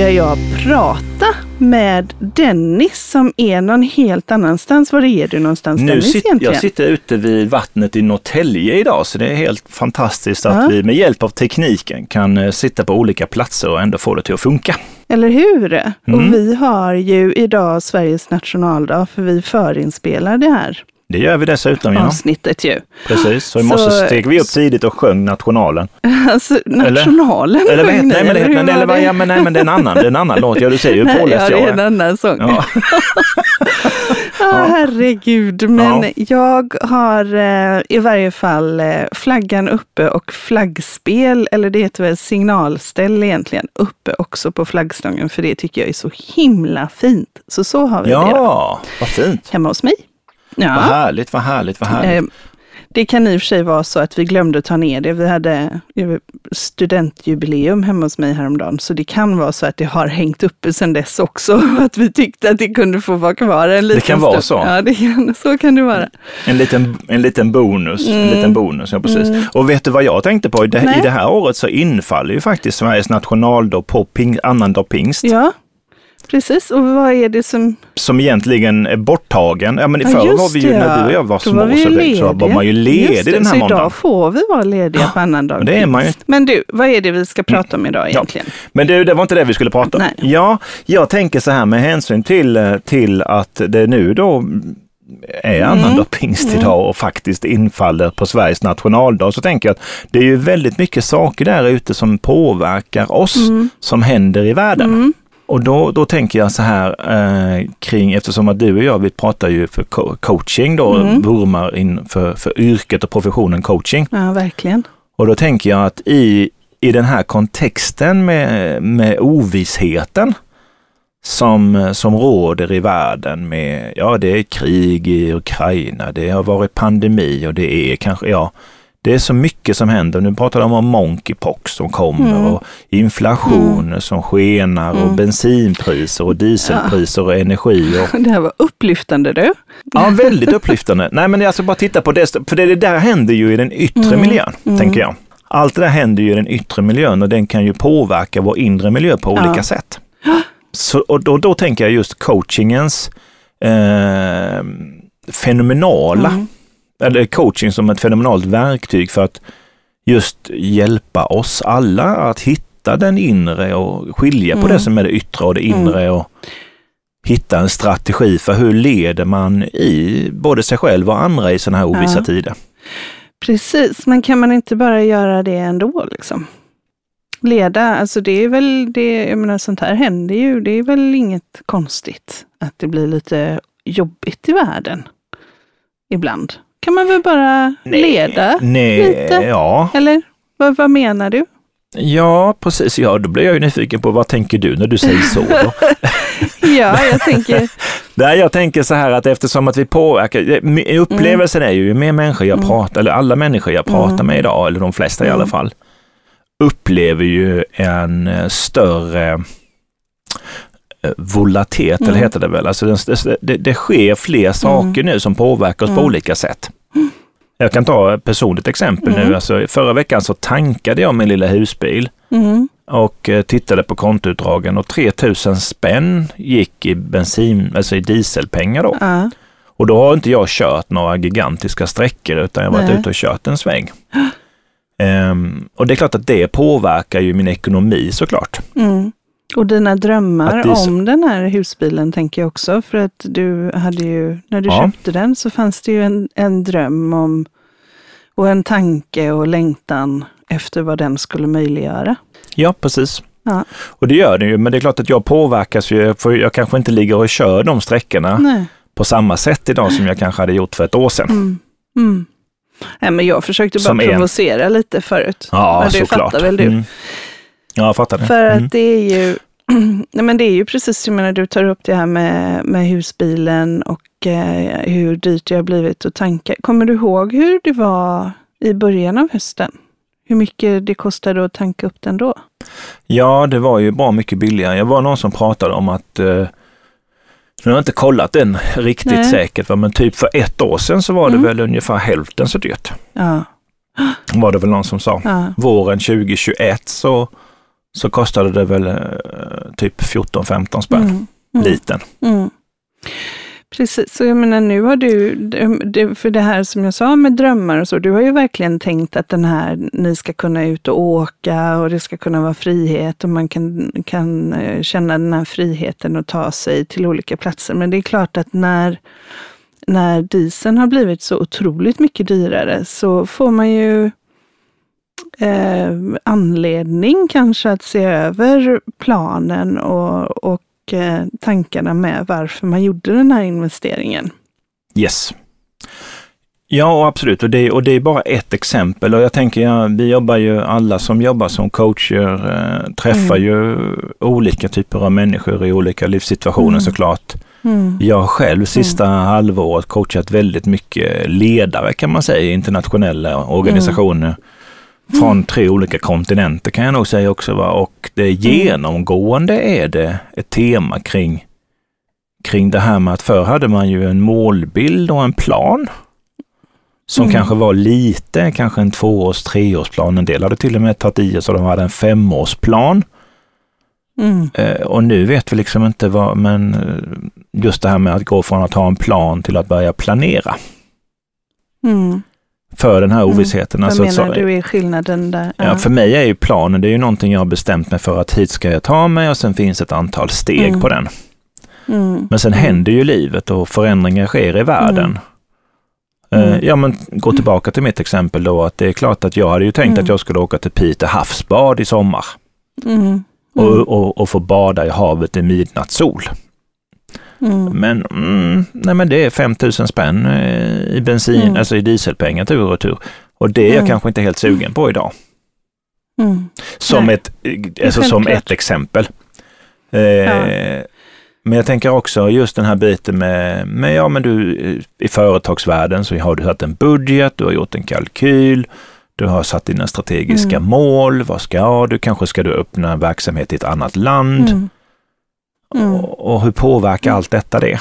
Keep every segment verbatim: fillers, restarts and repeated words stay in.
börjar jag prata med Dennis som är någon helt annanstans. Var är du någonstans, nu Dennis, sit, egentligen? Jag sitter ute vid vattnet i Norrtälje idag, så det är helt fantastiskt att ja. vi med hjälp av tekniken kan uh, sitta på olika platser och ändå få det till att funka. Eller hur? Mm. Och vi har ju idag Sveriges nationaldag, för vi förinspelar det här. Det gör vi dessutom, ja. Avsnittet ju. Precis, så i morse steg vi upp tidigt och sjöng nationalen. Alltså, nationalen eller, eller vad heter nej, men det? Eller, men, eller, vad, ja, men, nej, men det är en annan, det är en annan låt. Ja, du ser ju påläst jag är. Ja, det är en annan sång. Ja. Ja, herregud. Men ja. jag har eh, i varje fall eh, flaggan uppe och flaggspel, eller det heter väl signalställ egentligen, uppe också på flaggstången, för det tycker jag är så himla fint. Så så har vi ja, det. Ja, vad fint. Hemma hos mig. Ja. Vad härligt, vad härligt, vad härligt. Eh, det kan i och för sig vara så att vi glömde ta ner det. Vi hade studentjubileum hemma hos mig häromdagen, så det kan vara så att det har hängt uppe sedan dess också. Att vi tyckte att det kunde få vara kvar en liten Det kan stund. vara så. Ja, det kan, så kan det vara. En liten, en liten bonus. Mm. En liten bonus, ja precis. Mm. Och vet du vad jag tänkte på? I det, Nej. i det här året så infaller ju faktiskt Sveriges nationaldag på ping, annandag pingst. Ja. Precis, och vad är det som... Som egentligen är borttagen. Ja, men ja, förr var vi ju, det, när du och jag var små, var så, det, så var man ju ledig den här så måndagen. Idag får vi vara lediga på annan dag. Det är man ju. Men du, vad är det vi ska prata om idag egentligen? Ja. Men du, det var inte det vi skulle prata om. Nej. Ja, jag tänker så här med hänsyn till, till att det nu då är annandag mm. pingst idag och faktiskt infaller på Sveriges nationaldag, så tänker jag att det är ju väldigt mycket saker där ute som påverkar oss, mm. som händer i världen. Mm. Och då, då tänker jag så här eh, kring, eftersom att du och jag, vi pratar ju för co- coaching då, mm. vurmar in för, för yrket och professionen coaching. Ja, verkligen. Och då tänker jag att i, i den här kontexten med, med ovissheten som, som råder i världen med, ja det är krig i Ukraina, det har varit pandemi och det är kanske, ja, det är så mycket som händer. Nu pratar de om monkeypox som kommer mm. och inflation mm. som skenar mm. och bensinpriser och dieselpriser ja. och energi. Och... Det här var upplyftande du. Ja, väldigt upplyftande. Nej, men jag ska bara titta på det, för det där händer ju i den yttre mm. miljön, mm. tänker jag. Allt det där händer ju i den yttre miljön och den kan ju påverka vår inre miljö på olika ja. sätt. Så, och då, då tänker jag just coachingens eh, fenomenala mm. eller coaching som ett fenomenalt verktyg för att just hjälpa oss alla att hitta den inre och skilja mm. på det som är det yttre och det inre mm. och hitta en strategi för hur leder man i både sig själv och andra i sådana här ovissa ja. tider. Precis, men kan man inte bara göra det ändå liksom? Leda, alltså det är väl, det, jag menar sånt här händer ju, det är väl inget konstigt att det blir lite jobbigt i världen ibland. Kan man väl bara nej, leda nej, lite? Ja. Eller vad, vad menar du? Ja, precis. Ja, då blir jag ju nyfiken på vad tänker du när du säger så då? Ja, jag tänker... Nej, jag tänker så här att eftersom att vi påverkar, upplevelsen mm. är ju, ju mer människor jag mm. pratar, eller alla människor jag pratar mm. med idag, eller de flesta mm. i alla fall, upplever ju en större volatilitet, mm. eller heter det väl? Alltså det, det, det sker fler saker mm. nu som påverkar oss mm. på olika sätt. Mm. Jag kan ta ett personligt exempel mm. nu. Alltså, förra veckan så tankade jag min lilla husbil mm. och tittade på kontoutdragen och tre tusen spänn gick i bensin, alltså i dieselpengar då. Mm. Och då har inte jag kört några gigantiska sträckor utan jag har varit Nej. ute och kört en sväng. Um, och det är klart att det påverkar ju min ekonomi såklart. Mm. Och dina drömmar så... om den här husbilen tänker jag också, för att du hade ju, när du ja. köpte den så fanns det ju en, en dröm om och en tanke och längtan efter vad den skulle möjliggöra. Ja, precis. Ja. Och det gör det ju, men det är klart att jag påverkas ju, för jag kanske inte ligger och kör de sträckorna Nej. på samma sätt idag som jag kanske hade gjort för ett år sedan. Mm. Mm. Nej, men jag försökte bara som provocera en... lite förut. Ja, men det såklart. fattar väl du? Mm. Ja, jag fattar det. För mm. att det är ju nej, men det är ju precis, jag menar, du tar upp det här med, med husbilen och eh, hur dyrt det har blivit och tankar. Kommer du ihåg hur det var i början av hösten? Hur mycket det kostade att tanka upp den då? Ja, det var ju bra mycket billigare. Jag var någon som pratade om att eh, nu har jag inte kollat den riktigt Nej. säkert, men typ för ett år sedan så var det mm. väl ungefär hälften så dyrt. Ja. Var det väl någon som sa. Ja. Våren tjugohundratjugoett så, så kostade det väl eh, typ fjorton femton spänn mm. Mm. liten. Mm. Precis, så jag menar nu har du, det, för det här som jag sa med drömmar och så, du har ju verkligen tänkt att den här, ni ska kunna ut och åka och det ska kunna vara frihet och man kan, kan känna den här friheten och ta sig till olika platser. Men det är klart att när, när dieseln har blivit så otroligt mycket dyrare så får man ju eh, anledning kanske att se över planen och, och tankarna med varför man gjorde den här investeringen. Yes. Ja, absolut. Och det, och det är bara ett exempel. Och jag tänker, ja, vi jobbar ju, alla som jobbar som coacher eh, träffar mm. ju olika typer av människor i olika livssituationer mm. såklart. Mm. Jag har själv sista mm. halvåret coachat väldigt mycket ledare kan man säga i internationella organisationer. Mm. Från tre olika kontinenter kan jag nog säga också. Va? Och det genomgående är det ett tema kring, kring det här med att förr hade man ju en målbild och en plan som mm. kanske var lite, kanske en tvåårs, treårsplan. En del hade till och med tagit i så de hade en femårsplan. Mm. Eh, och nu vet vi liksom inte vad, men just det här med att gå från att ha en plan till att börja planera. Mm. För den här ovissheten. Mm. Alltså, vad menar så, du är skillnaden där? Ja, för mig är ju planen, det är ju någonting jag har bestämt mig för att hit ska jag ta mig och sen finns ett antal steg mm. på den. Mm. Men sen mm. händer ju livet och förändringar sker i världen. Mm. Uh, ja, men gå tillbaka till mitt exempel då, att det är klart att jag hade ju tänkt mm. att jag skulle åka till Piteå havsbad i sommar. Mm. Mm. Och, och, och få bada i havet i midnattssol. Mm. Men, mm, nej men det är fem tusen spänn i bensin, mm. alltså i dieselpengar tur och tur. Och det är jag mm. kanske inte helt sugen på idag. Mm. Som, ett, alltså som ett exempel. Eh, ja. Men jag tänker också just den här biten med, med ja men du i företagsvärlden så har du haft en budget, du har gjort en kalkyl, du har satt dina strategiska mm. mål, vad ska du, kanske ska du öppna en verksamhet i ett annat land. Mm. Mm. Och, och hur påverkar allt detta det?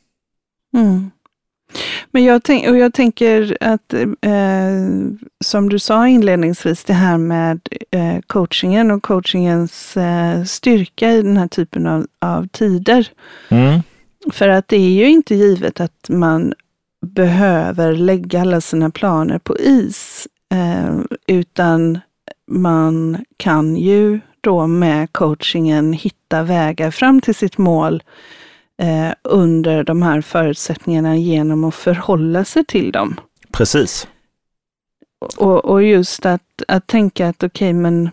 Mm. Men jag, tänk, och jag tänker att eh, som du sa inledningsvis, det här med eh, coachingen och coachingens eh, styrka i den här typen av, av tider. Mm. För att det är ju inte givet att man behöver lägga alla sina planer på is, eh, utan man kan ju då med coachingen hitta vägar fram till sitt mål eh, under de här förutsättningarna genom att förhålla sig till dem. Precis. Och, och just att, att tänka att okej, okay, men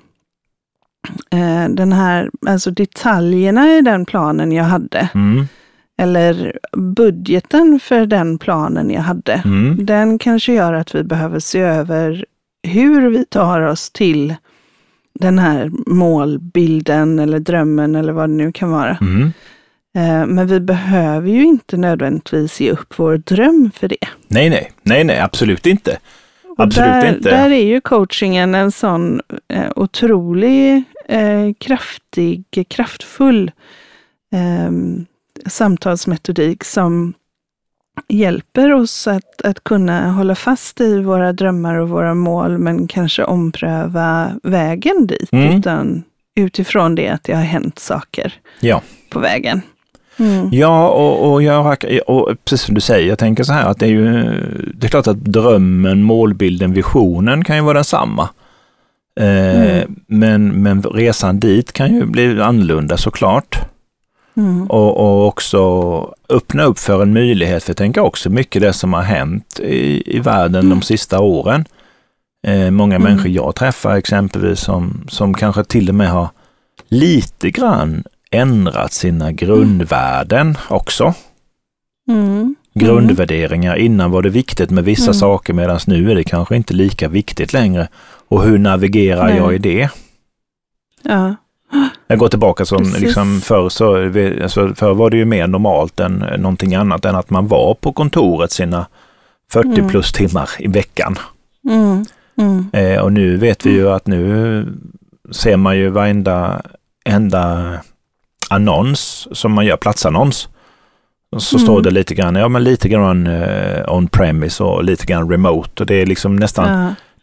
eh, den här, alltså detaljerna i den planen jag hade, mm. eller budgeten för den planen jag hade, mm. den kanske gör att vi behöver se över hur vi tar oss till den här målbilden eller drömmen eller vad det nu kan vara. Mm. Men vi behöver ju inte nödvändigtvis ge upp vår dröm för det. Nej, nej, nej, nej, absolut inte. Absolut där, inte. Där är ju coachingen en sån eh, otrolig, eh, kraftig, kraftfull eh, samtalsmetodik som hjälper oss att, att kunna hålla fast i våra drömmar och våra mål, men kanske ompröva vägen dit, mm. utan utifrån det att det har hänt saker ja. på vägen. Mm. Ja, och, och, jag, och precis som du säger, jag tänker så här att det är ju, det är klart att drömmen, målbilden, visionen kan ju vara densamma. Eh, mm. men, men resan dit kan ju bli annorlunda såklart. Mm. Och, och också öppna upp för en möjlighet, för jag tänker också mycket det som har hänt i, i världen mm. de sista åren. Eh, många mm. människor jag träffar exempelvis som, som kanske till och med har lite grann ändrat sina grundvärden mm. också. Mm. Grundvärderingar. Innan var det viktigt med vissa mm. saker, medan nu är det kanske inte lika viktigt längre. Och hur navigerar Nej. jag i det? Ja. Jag går tillbaka som liksom förr, så, alltså, förr var det ju mer normalt än någonting annat än att man var på kontoret sina fyrtio mm. plus timmar i veckan. Mm. Mm. Eh, och nu vet vi ju att nu ser man ju varenda enda annons som man gör, platsannons, så mm. står det lite grann, ja men lite grann uh, on-premise och lite grann remote, och det är liksom nästan, ja.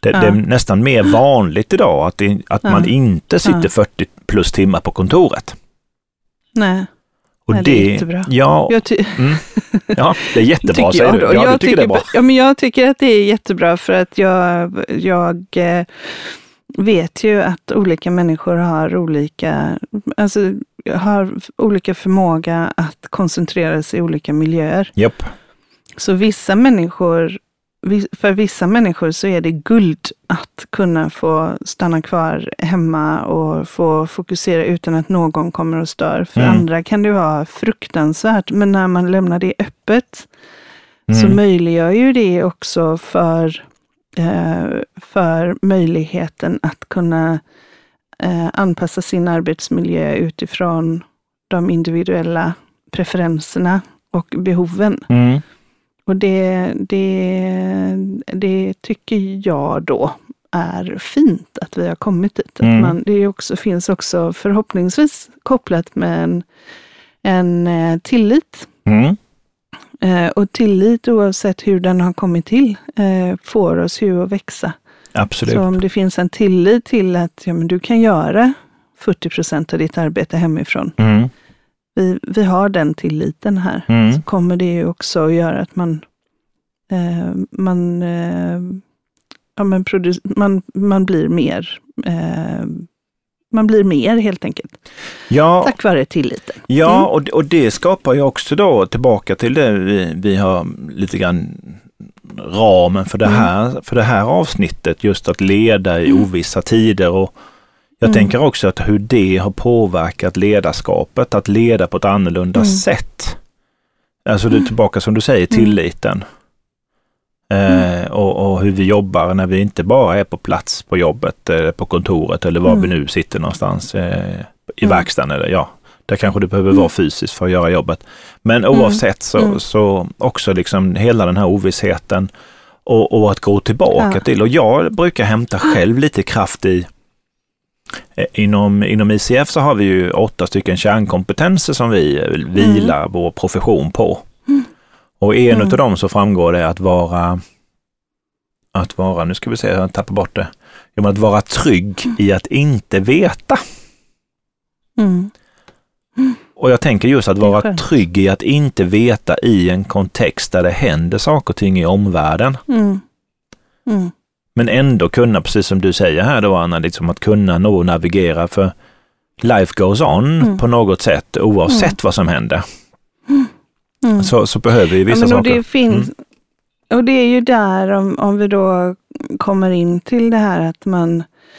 Det, ja. det är nästan mer vanligt idag att, det, att ja. man inte sitter ja. fyrtio plus timmar på kontoret. Nej. Och Nej, det, det är jättebra. Ja, jag ty- mm, ja, det är jättebra, säger du. Ja, jag, du tycker, tycker det är bra. Ja, men jag tycker att det är jättebra för att jag, jag eh, vet ju att olika människor har olika, alltså, har olika förmåga att koncentrera sig i olika miljöer. Japp. Så vissa människor, för vissa människor så är det guld att kunna få stanna kvar hemma och få fokusera utan att någon kommer och stör. För mm. andra kan det vara fruktansvärt, men när man lämnar det öppet mm. så möjliggör ju det också för, eh, för möjligheten att kunna eh, anpassa sin arbetsmiljö utifrån de individuella preferenserna och behoven. Mm. Och det, det, det tycker jag då är fint att vi har kommit dit. Mm. Att man, det också, finns också förhoppningsvis kopplat med en, en tillit. Mm. Eh, och tillit oavsett hur den har kommit till eh, får oss ju att växa. Absolut. Så om det finns en tillit till att ja, men du kan göra fyrtio procent av ditt arbete hemifrån. Mm. Vi, vi har den tilliten här. Mm. Så kommer det ju också att göra att man eh, man, eh, ja, men produ- man man blir mer eh, man blir mer helt enkelt. Ja, tack vare tilliten. Ja, mm. och, och det skapar ju också då tillbaka till det vi, vi har lite grann ramen för det här mm. för det här avsnittet, just att leda i ovissa tider. Och jag mm. tänker också att hur det har påverkat ledarskapet, att leda på ett annorlunda mm. sätt. Alltså det är tillbaka som du säger, tilliten. Mm. Eh, och, och hur vi jobbar när vi inte bara är på plats på jobbet, eh, på kontoret eller var mm. vi nu sitter någonstans eh, i mm. verkstaden. Eller, ja, där kanske du behöver mm. vara fysiskt för att göra jobbet. Men oavsett så, mm. så också liksom hela den här ovissheten och, och att gå tillbaka ja. till. Och jag brukar hämta själv lite kraft i Inom, inom I C F så har vi ju åtta stycken kärnkompetenser som vi vilar mm. vår profession på. Mm. Och en mm. av dem så framgår det att vara, att vara, nu ska vi se, jag tappar bort det, att vara trygg mm. i att inte veta. Mm. Mm. Och jag tänker just att vara trygg i att inte veta i en kontext där det händer saker och ting i omvärlden. Mm. Mm. Men ändå kunna, precis som du säger här då Anna, liksom att kunna nog navigera, för life goes on mm. på något sätt oavsett mm. vad som händer. Mm. Så, så behöver vi vissa ja, men saker. Och det, finns, mm. och det är ju där om, om vi då kommer in till det här att man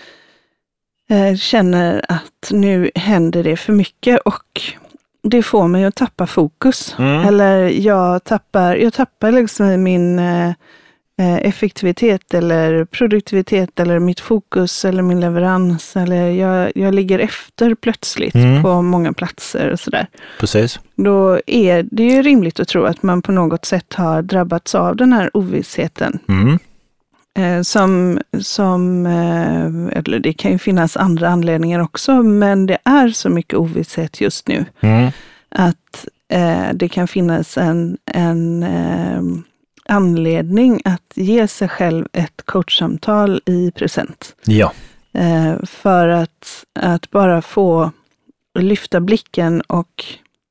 eh, känner att nu händer det för mycket och det får mig att tappa fokus. Mm. Eller jag tappar, jag tappar liksom min eh, effektivitet eller produktivitet eller mitt fokus eller min leverans, eller jag, jag ligger efter plötsligt mm. på många platser och sådär. Precis. Då är det ju rimligt att tro att man på något sätt har drabbats av den här ovissheten. Mm. Eh, som, som eh, eller det kan ju finnas andra anledningar också, men det är så mycket ovisshet just nu mm. att eh, det kan finnas en, en eh, anledning att ge sig själv ett coachsamtal i present. Ja. Eh, för att, att bara få lyfta blicken och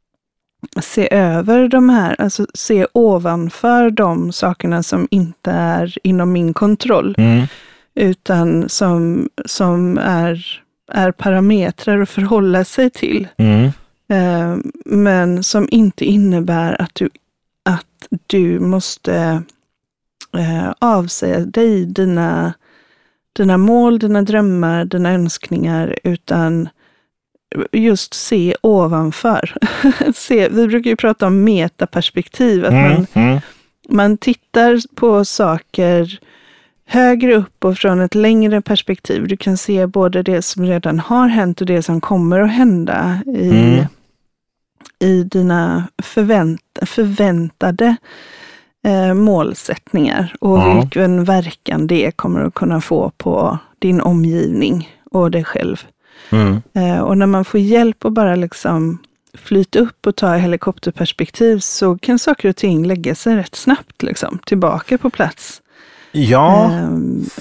se över de här, alltså se ovanför de sakerna som inte är inom min kontroll, mm. utan som, som är, är parametrar att förhålla sig till. Mm. Eh, men som inte innebär att du att du måste eh, avsäga dig dina, dina mål, dina drömmar, dina önskningar, utan just se ovanför. se, vi brukar ju prata om metaperspektiv, att mm, man, mm. man tittar på saker högre upp och från ett längre perspektiv. Du kan se både det som redan har hänt och det som kommer att hända i mm. i dina förvänt, förväntade eh, målsättningar och ja. vilken verkan det kommer att kunna få på din omgivning och dig själv. Mm. Eh, och när man får hjälp att bara liksom flyta upp och ta helikopterperspektiv, så kan saker och ting lägga sig rätt snabbt liksom, tillbaka på plats. Ja. Eh,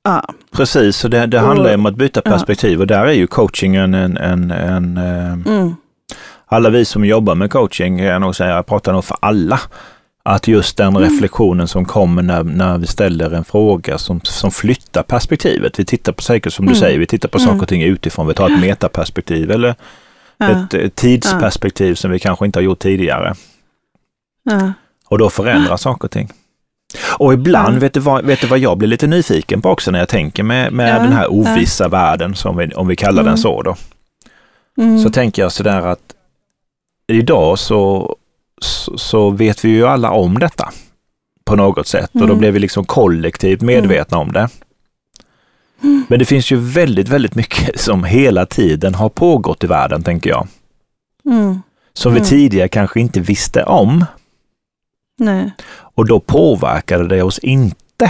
Ja. Precis, så det, det handlar ju om att byta perspektiv ja. Och där är ju coachingen en... en, en mm. Alla vi som jobbar med coaching, jag, nog säga, jag pratar nog för alla, att just den mm. reflektionen som kommer när, när vi ställer en fråga som, som flyttar perspektivet. Vi tittar på säkert som mm. du säger, vi tittar på mm. saker och ting utifrån. Vi tar ett metaperspektiv eller ja. ett, ett tidsperspektiv ja. som vi kanske inte har gjort tidigare. Ja. Och då förändras saker och ting. Och ibland, ja. vet, du vad, vet du vad jag blir lite nyfiken på också när jag tänker med, med ja. den här ovissa ja. världen, som vi, om vi kallar mm. den så då. Mm. Så tänker jag sådär att idag så, så, så vet vi ju alla om detta på något sätt. Mm. Och då blir vi liksom kollektivt medvetna mm. om det. Mm. Men det finns ju väldigt, väldigt mycket som hela tiden har pågått i världen, tänker jag. Mm. Som vi mm. tidigare kanske inte visste om. Nej. Och då påverkade det oss inte.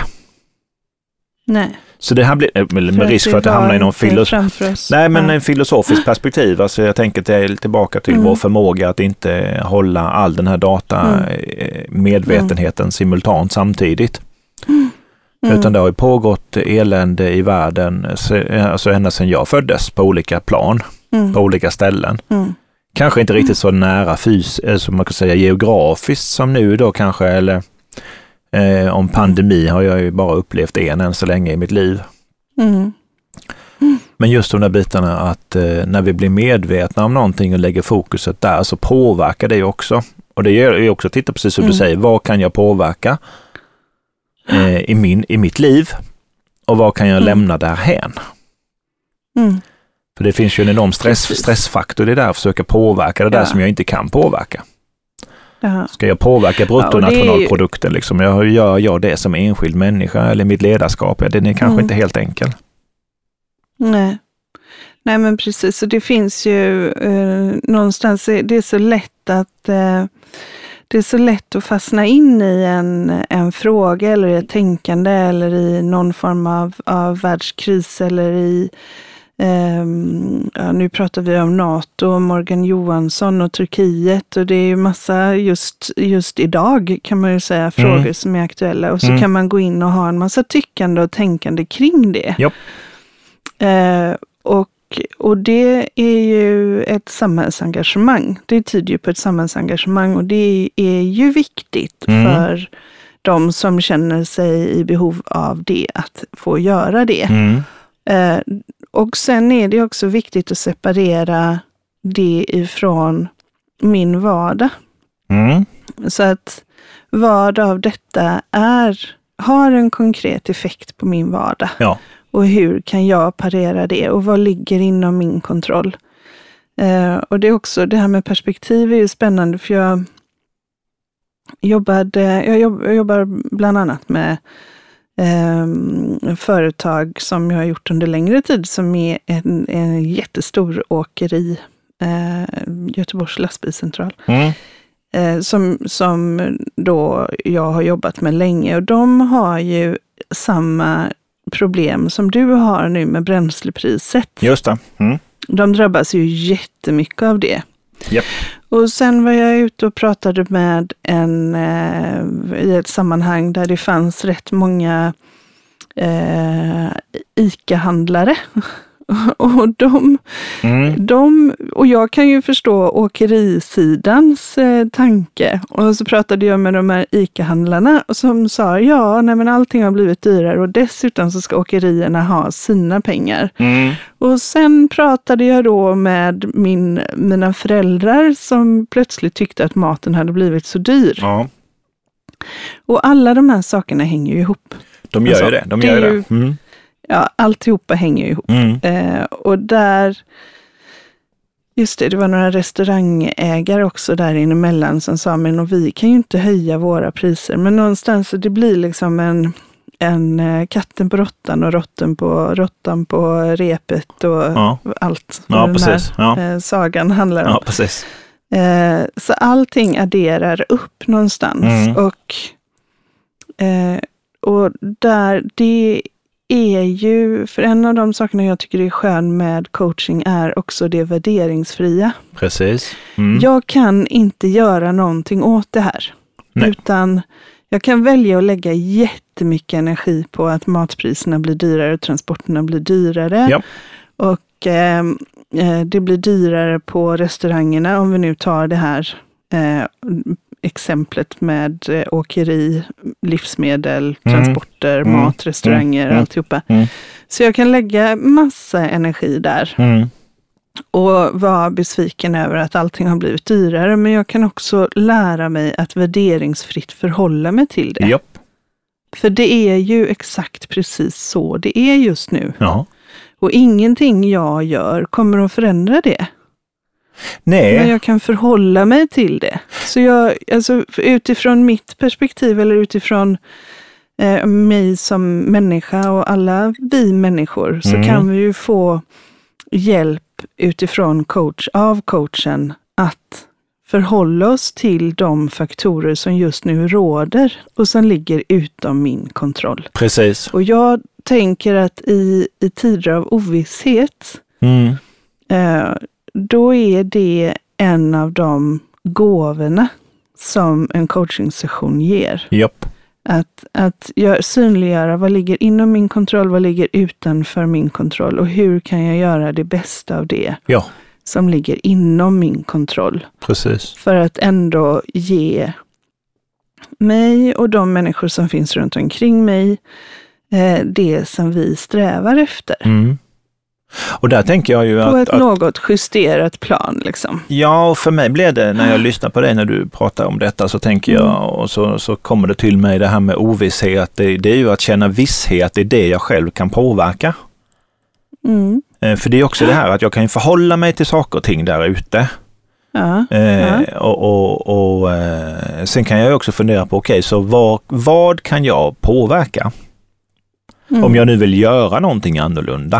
Nej. Så det här blir med, med risk för att det hamnar i någon filosof- Nej, men ja. en filosofisk perspektiv. Alltså jag tänker till, tillbaka till mm. vår förmåga att inte hålla all den här data mm. medvetenheten mm. simultant samtidigt. Mm. Mm. Utan det har ju pågått elände i världen alltså ända sedan jag föddes på olika plan, mm. på olika ställen. Mm. Kanske inte riktigt så nära fys- som man kan säga geografiskt som nu då kanske, eller eh, om pandemi har jag ju bara upplevt en än så länge i mitt liv. Mm. Mm. Men just de där bitarna att eh, när vi blir medvetna om någonting och lägger fokuset där så påverkar det ju också. Och det gör ju också, titta precis som mm. du säger, vad kan jag påverka eh, i, min, i mitt liv och vad kan jag mm. lämna därhän? Mm. För det finns ju en enorm stress, stressfaktor, det där att försöka påverka det där ja. som jag inte kan påverka. Jaha. Ska jag påverka bruttonationalprodukten? Ja, ju... liksom, jag gör jag det som enskild människa eller mitt ledarskap? Den är kanske mm. inte helt enkel. Nej. Nej, men precis. Och det finns ju eh, någonstans, det är så lätt att eh, det är så lätt att fastna in i en, en fråga eller i ett tänkande eller i någon form av, av världskris eller i Um, ja, nu pratar vi om NATO, Morgan Johansson och Turkiet och det är ju massa just, just idag kan man ju säga frågor mm. som är aktuella och så mm. kan man gå in och ha en massa tyckande och tänkande kring det. Yep. Uh, och, och det är ju ett samhällsengagemang. Det tyder ju på ett samhällsengagemang och det är ju viktigt mm. för de som känner sig i behov av det att få göra det. Mm. Uh, Och sen är det också viktigt att separera det ifrån min vardag. Mm. Så att vad av detta är, har en konkret effekt på min vardag. Ja. Och hur kan jag parera det? Och vad ligger inom min kontroll? Eh, och det är också, det här med perspektiv är ju spännande för jag jobbade, jag, jobb, jag jobbar bland annat med Eh, företag som jag har gjort under längre tid som är en, en jättestor åkeri, eh, Göteborgs lastbilscentral, mm. eh, som, som då jag har jobbat med länge och de har ju samma problem som du har nu med bränslepriset. Just det. Mm. De drabbas ju jättemycket av det. Yep. Och sen var jag ute och pratade med en eh, i ett sammanhang där det fanns rätt många eh, ICA-handlare. och de, mm. de och jag kan ju förstå åkerisidans eh, tanke. Och så pratade jag med de här ICA-handlarna som sa ja, nej men allting har blivit dyrare och dessutom så ska åkerierna ha sina pengar. Mm. Och sen pratade jag då med min, mina föräldrar som plötsligt tyckte att maten hade blivit så dyr. Ja. Och alla de här sakerna hänger ju ihop. De gör alltså, ju det. De gör det. Ju, det. Mm. Ja, alltihopa hänger ju ihop. Mm. Eh, och där, just det, det var några restaurangägare också där inemellan som sa, men och vi kan ju inte höja våra priser. Men någonstans, det blir liksom en, en katten på råttan och råtten på råttan på repet och ja. allt. Ja, den precis. Här, ja. eh, sagan handlar om. Ja, precis. Eh, så allting adderar upp någonstans. Mm. Och, eh, och där, det är ju, för en av de sakerna jag tycker är skön med coaching är också det värderingsfria. Precis. Mm. Jag kan inte göra någonting åt det här. Nej. Utan Jag kan välja att lägga jättemycket energi på att matpriserna blir dyrare och transporterna blir dyrare. Ja. Och eh, det blir dyrare på restaurangerna, om vi nu tar det här eh, exemplet med eh, åkeri, livsmedel, mm. transporter, mm. mat, restauranger, mm. alltihopa. Mm. Så jag kan lägga massa energi där. Mm. Och vara besviken över att allting har blivit dyrare. Men jag kan också lära mig att värderingsfritt förhålla mig till det. Japp. För det är ju exakt precis så det är just nu. Ja. Och ingenting jag gör kommer att förändra det. Nej. Men jag kan förhålla mig till det. Så jag, alltså utifrån mitt perspektiv eller utifrån eh, mig som människa och alla vi människor så mm. kan vi ju få hjälp utifrån coach, av coachen att förhålla oss till de faktorer som just nu råder och som ligger utom min kontroll. Precis. Och jag tänker att i, i tider av ovisshet mm. eh, då är det en av de gåvorna som en coachingsession ger. Japp. Att, att jag synliggöra vad ligger inom min kontroll, vad ligger utanför min kontroll och hur kan jag göra det bästa av det ja. som ligger inom min kontroll. Precis. För att ändå ge mig och de människor som finns runt omkring mig eh, det som vi strävar efter. Mm. Och där tänker jag ju på att... På ett att, något justerat plan liksom. Ja, och för mig blev det, när jag lyssnar på dig när du pratar om detta, så tänker mm. jag, och så, så kommer det till mig det här med ovisshet. Det, det är ju att känna visshet, det är det jag själv kan påverka. Mm. För det är också det här att jag kan förhålla mig till saker och ting där ute. Ja, eh, ja. Och, och, och eh, sen kan jag också fundera på, okej, okay, så vad, vad kan jag påverka? Mm. Om jag nu vill göra någonting annorlunda.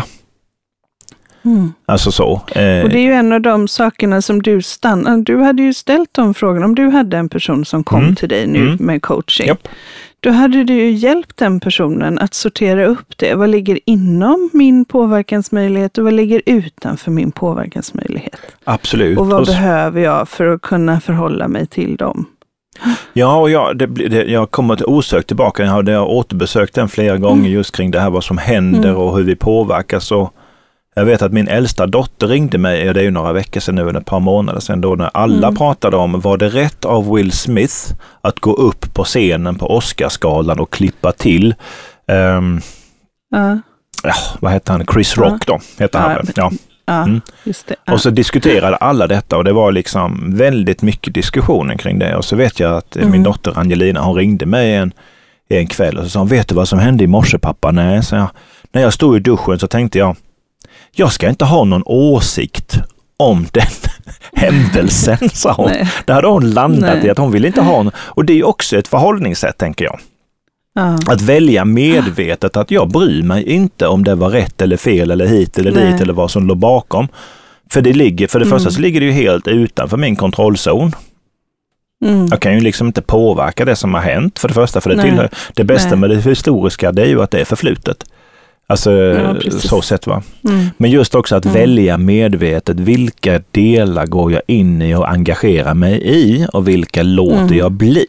Mm. Alltså så. Eh, och det är ju en av de sakerna som du stannar. Du hade ju ställt de frågorna. Om du hade en person som kom mm. till dig nu mm. med coaching. Yep. Då hade du ju hjälpt den personen att sortera upp det. Vad ligger inom min påverkansmöjlighet och vad ligger utanför min påverkansmöjlighet? Absolut. Och vad och så, behöver jag för att kunna förhålla mig till dem? Ja, och jag, det, det, jag kommer till osökt tillbaka. Jag har återbesökt den flera gånger mm. just kring det här vad som händer mm. och hur vi påverkas. Och jag vet att min äldsta dotter ringde mig, det är ju några veckor sedan nu, ett par månader sedan då, när alla mm. pratade om, var det rätt av Will Smith att gå upp på scenen på Oscarsgalan och klippa till um, ja. ja, vad heter han? Chris Rock då, heter ja. han väl? Ja. Ja, mm. just det. Ja. Och så diskuterade alla detta och det var liksom väldigt mycket diskussioner kring det. Och så vet jag att mm. min dotter Angelina, hon ringde mig en, en kväll och så sa, vet du vad som hände i morse, pappa? Nej, så jag, när jag stod i duschen så tänkte jag, jag ska inte ha någon åsikt om den händelsen, sa hon. Nej. Där hade hon landat Nej. i att hon vill inte ha någon. Och det är ju också ett förhållningssätt, tänker jag. Uh. Att välja medvetet att jag bryr mig inte om det var rätt eller fel eller hit eller Nej. dit eller vad som låg bakom. För det ligger, för det mm. första så ligger det ju helt utanför min kontrollzon. Mm. Jag kan ju liksom inte påverka det som har hänt för det första, för det Nej. tillhör det bästa Nej. med det historiska, det är ju att det är förflutet. Alltså ja, så sett va. Mm. Men just också att mm. välja medvetet vilka delar går jag in i och engagerar mig i och vilka låter mm. jag bli.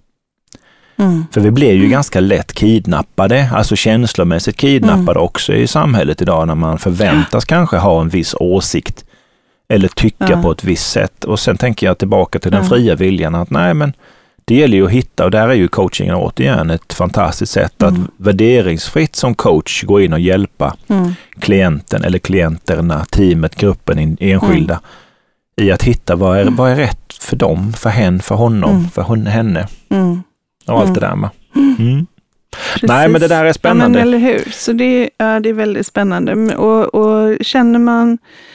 Mm. För vi blir ju mm. ganska lätt kidnappade, alltså känslomässigt kidnappade mm. också i samhället idag, när man förväntas ja. kanske ha en viss åsikt eller tycka ja. på ett visst sätt. Och sen tänker jag tillbaka till den ja. fria viljan att nej, men det gäller ju att hitta, och där är ju coachingen återigen ett fantastiskt sätt mm. att värderingsfritt som coach gå in och hjälpa mm. klienten eller klienterna, teamet, gruppen, enskilda mm. i att hitta vad är, mm. vad är rätt för dem, för hen, för honom, mm. för hon, henne mm. och allt mm. det där med. Mm. Nej, men det där är spännande. Ja, men eller hur? Så det, ja, det är väldigt spännande. Och, och känner man,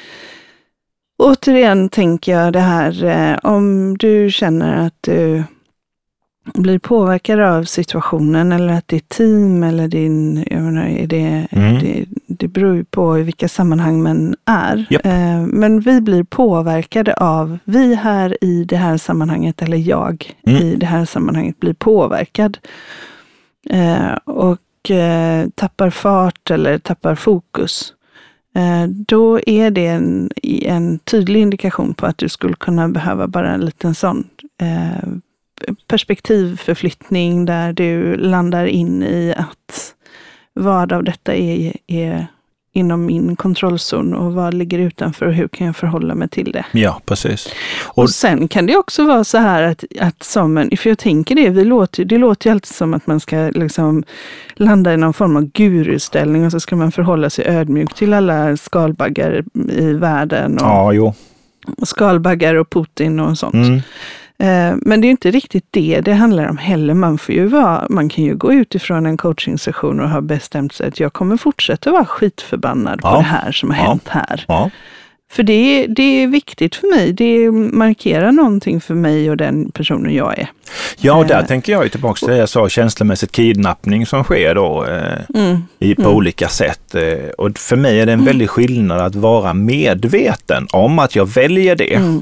återigen tänker jag det här, eh, om du känner att du blir påverkad av situationen eller att ditt team eller din, jag menar, är det, mm. det, det beror ju på i vilka sammanhang man är. Yep. Eh, men vi blir påverkade av, vi här i det här sammanhanget eller jag mm. i det här sammanhanget blir påverkad eh, och eh, tappar fart eller tappar fokus. Eh, då är det en, en tydlig indikation på att du skulle kunna behöva bara en liten sån eh, perspektivförflyttning där du landar in i att vad av detta är, är inom min kontrollzon och vad ligger utanför och hur kan jag förhålla mig till det. Ja, precis. Och, och sen kan det också vara så här att, att som en, för jag tänker det, vi låter, det låter ju alltid som att man ska liksom landa i någon form av guruställning och så ska man förhålla sig ödmjukt till alla skalbaggar i världen. Och, ja, jo. och skalbaggar och Putin och sånt. Mm. Men det är ju inte riktigt det det handlar om heller. Man får ju vara, man kan ju gå utifrån en coachingsession och ha bestämt sig att jag kommer fortsätta vara skitförbannad ja. på det här som har ja. hänt här. Ja. För det, det är viktigt för mig. Det markerar någonting för mig och den personen jag är. Ja, och där eh. tänker jag ju tillbaka till det jag sa, känslomässigt kidnappning som sker då eh, mm. i, på mm. olika sätt. Eh, och för mig är det en mm. väldig skillnad att vara medveten om att jag väljer det. Mm.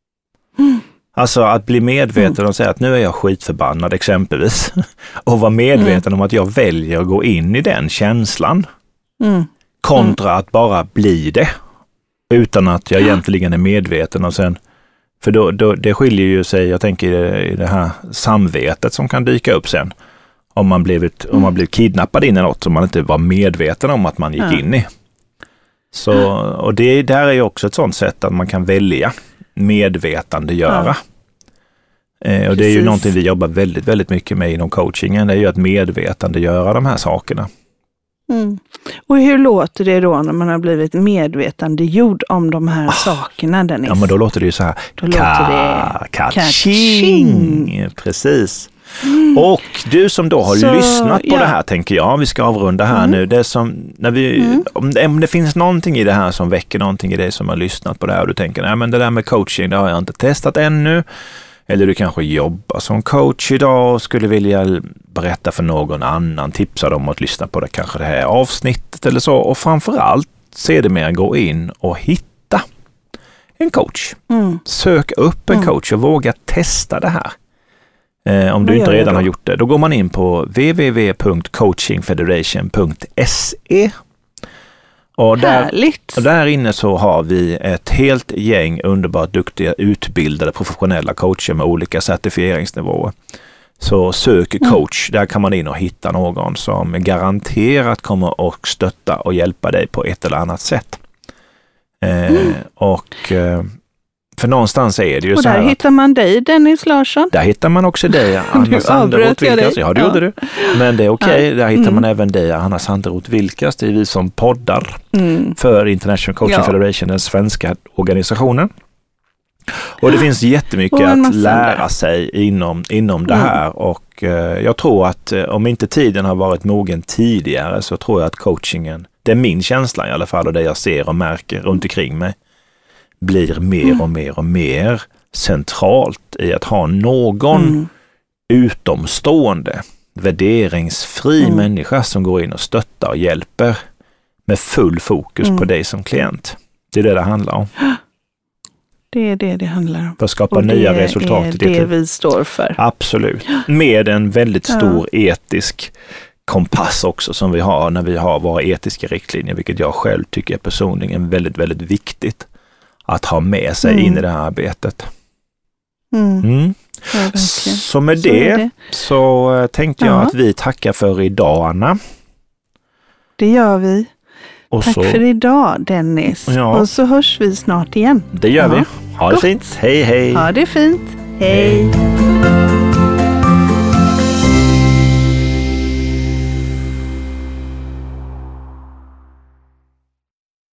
Mm. Alltså att bli medveten mm. och säga att nu är jag skitförbannad exempelvis. Och vara medveten mm. om att jag väljer att gå in i den känslan. Mm. Kontra mm. att bara bli det. Utan att jag egentligen är medveten. Och sen, för då, då, det skiljer ju sig, jag tänker i det här samvetet som kan dyka upp sen. Om man blivit, om man blivit kidnappad in i något som man inte var medveten om att man gick mm. in i. Så, och det där är ju också ett sånt sätt att man kan välja. Medvetande göra. Ja. Eh, och det är ju någonting vi jobbar väldigt, väldigt mycket med inom coachingen. Det är ju att medvetande göra de här sakerna. Mm. Och hur låter det då när man har blivit medvetandegjord om de här ah. sakerna, Dennis? Ja, men då låter det ju så här. Då låter det ka-ching. Precis. Mm. Och du som då har så, lyssnat på ja. det här, tänker jag, vi ska avrunda här mm. nu. Det som, när vi, mm. om, det, om det finns någonting i det här som väcker någonting i dig som har lyssnat på det här och du tänker, nej men det där med coaching, det har jag inte testat ännu. Eller du kanske jobbar som coach idag och skulle vilja berätta för någon annan, tipsa dem att lyssna på det, kanske det här avsnittet eller så. Och framförallt se det med att gå in och hitta en coach. Mm. Sök upp en mm. coach och våga testa det här. Eh, om du inte redan har gjort det. Då går man in på w w w punkt coaching federation punkt s e. Och där, och där inne så har vi ett helt gäng underbart duktiga, utbildade, professionella coacher med olika certifieringsnivåer. Så sök coach, mm. där kan man in och hitta någon som garanterat kommer att stötta och hjälpa dig på ett eller annat sätt. Eh, mm. Och... Eh, För någonstans är det ju och så här. Och där hittar man dig, Dennis Larsson. Där hittar man också dig, Anna Sanderoth Vilkast. Ja, det gjorde ja. du. Men det är okej. Okay. Ja. Där hittar mm. man även dig, Anna Sanderoth Vilkast. Det är vi som poddar mm. för International Coaching ja. Federation, den svenska organisationen. Och det finns jättemycket att lära där. sig inom, inom det här. Mm. Och eh, jag tror att eh, om inte tiden har varit mogen tidigare så tror jag att coachingen, det är min känsla i alla fall och det jag ser och märker runt omkring mig, blir mer mm. och mer och mer centralt i att ha någon mm. utomstående, värderingsfri mm. människa som går in och stöttar och hjälper med full fokus mm. på dig som klient. Det är det det handlar om. Det är det det handlar om. För att skapa nya resultat. Det är det vi står för. Absolut. Med en väldigt stor ja. etisk kompass också som vi har när vi har våra etiska riktlinjer, vilket jag själv tycker är personligen väldigt, väldigt viktigt att ha med sig mm. in i det här arbetet. Mm. Mm. Ja, så med så det, det så tänkte jag ja. att vi tackar för idag, Anna. Det gör vi. Och Tack så, för idag, Dennis. Ja. Och så hörs vi snart igen. Det gör ja. vi. Ha det Gott. fint. Hej, hej. Ha det fint. Hej. hej.